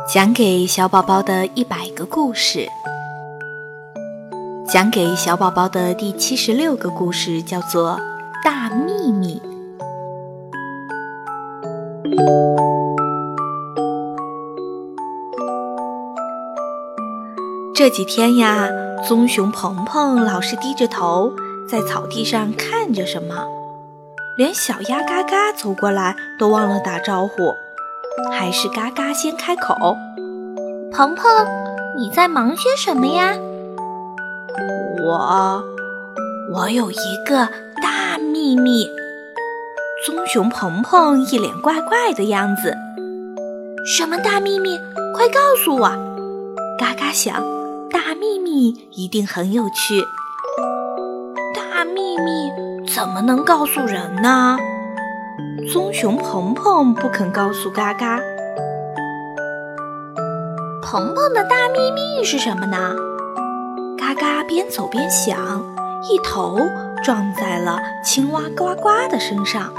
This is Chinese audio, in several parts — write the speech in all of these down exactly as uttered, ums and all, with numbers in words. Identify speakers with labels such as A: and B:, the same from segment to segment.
A: 讲给小宝宝的一百个故事，讲给小宝宝的第七十六个故事叫做《大秘密》。这几天呀，棕熊鹏鹏老是低着头在草地上看着什么，连小鸭嘎嘎走过来都忘了打招呼。还是嘎嘎先开口：
B: 鹏鹏，你在忙些什么呀？
A: 我我有一个大秘密。棕熊鹏鹏一脸怪怪的样子。
B: 什么大秘密？快告诉我！
A: 嘎嘎想，大秘密一定很有趣。大秘密怎么能告诉人呢？棕熊鹏鹏不肯告诉嘎嘎。
B: 鹏鹏的大秘密是什么呢？
A: 嘎嘎边走边想，一头撞在了青蛙呱呱的身上。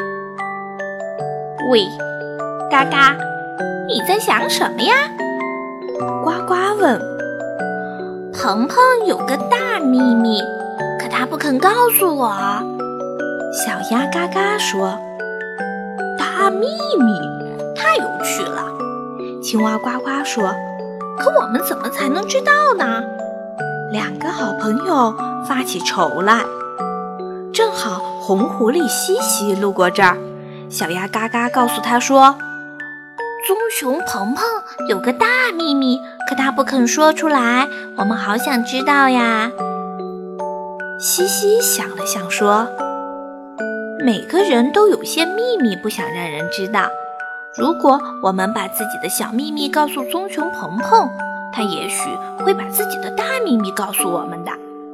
B: 喂，嘎嘎，你在想什么呀？
A: 呱呱问。
B: 鹏鹏有个大秘密，可他不肯告诉我。
A: 小鸭嘎嘎说。
B: 大秘密太有趣了。
A: 青蛙呱呱说。
B: 可我们怎么才能知道呢？
A: 两个好朋友发起愁来。正好红狐狸西西路过这儿，小鸭嘎嘎告诉他说，
B: 棕熊鹏鹏有个大秘密，可他不肯说出来，我们好想知道呀。
A: 西西想了想说，每个人都有些秘密不想让人知道，如果我们把自己的小秘密告诉棕熊鹏鹏，他也许会把自己的大秘密告诉我们的。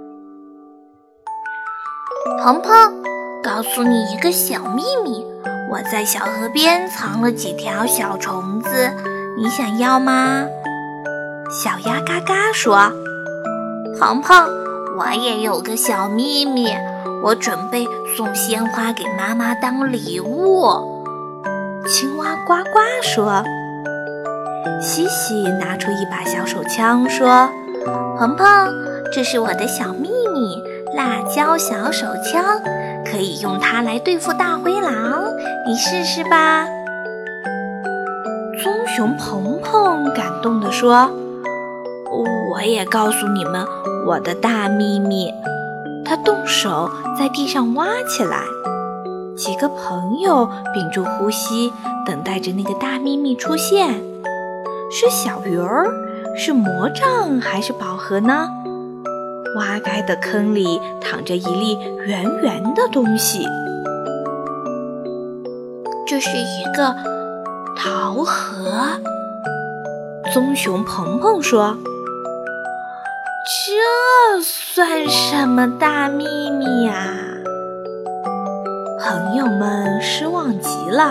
B: 鹏鹏，告诉你一个小秘密，我在小河边藏了几条小虫子，你想要吗？
A: 小鸭嘎嘎说。
B: 鹏鹏，我也有个小秘密，我准备送鲜花给妈妈当礼物。
A: 青蛙呱呱说。西西拿出一把小手枪说，
B: 鹏鹏，这是我的小秘密，辣椒小手枪，可以用它来对付大灰狼，你试试吧。
A: 棕熊鹏鹏感动地说，我也告诉你们我的大秘密。他动手在地上挖起来。几个朋友屏住呼吸，等待着那个大秘密出现。是小鱼儿，是魔杖，还是宝盒呢？挖开的坑里躺着一粒圆圆的东西。
B: 这是一个桃核。
A: 棕熊鹏鹏说。
B: 这算什么大秘密呀？
A: 朋友们失望极了。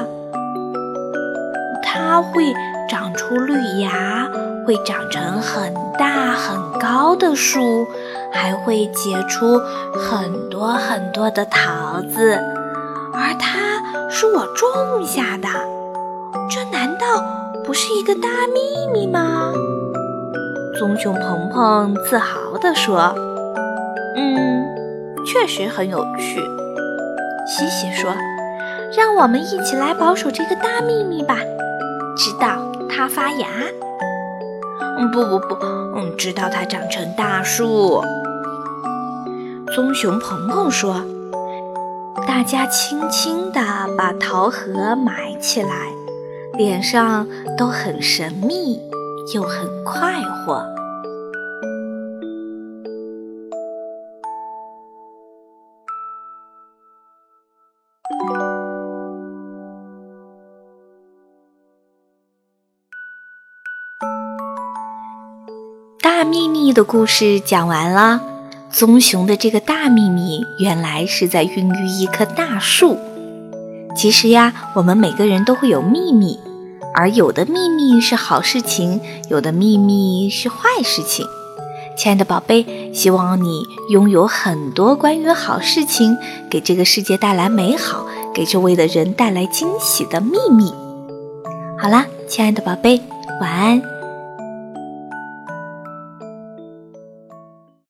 A: 它会长出绿芽，会长成很大很高的树，还会结出很多很多的桃子，而它是我种下的，这难道不是一个大秘密吗？棕熊鹏鹏自豪地说。嗯，确实很有趣。西西说，让我们一起来保守这个大秘密吧，直到它发芽。嗯，不不不，嗯，直到它长成大树。棕熊鹏鹏说。大家轻轻地把桃核埋起来，脸上都很神秘，又很快活。大秘密的故事讲完了。棕熊的这个大秘密原来是在孕育一棵大树。其实呀，我们每个人都会有秘密，而有的秘密是好事情，有的秘密是坏事情。亲爱的宝贝，希望你拥有很多关于好事情，给这个世界带来美好，给周围的人带来惊喜的秘密。好啦，亲爱的宝贝， 晚安。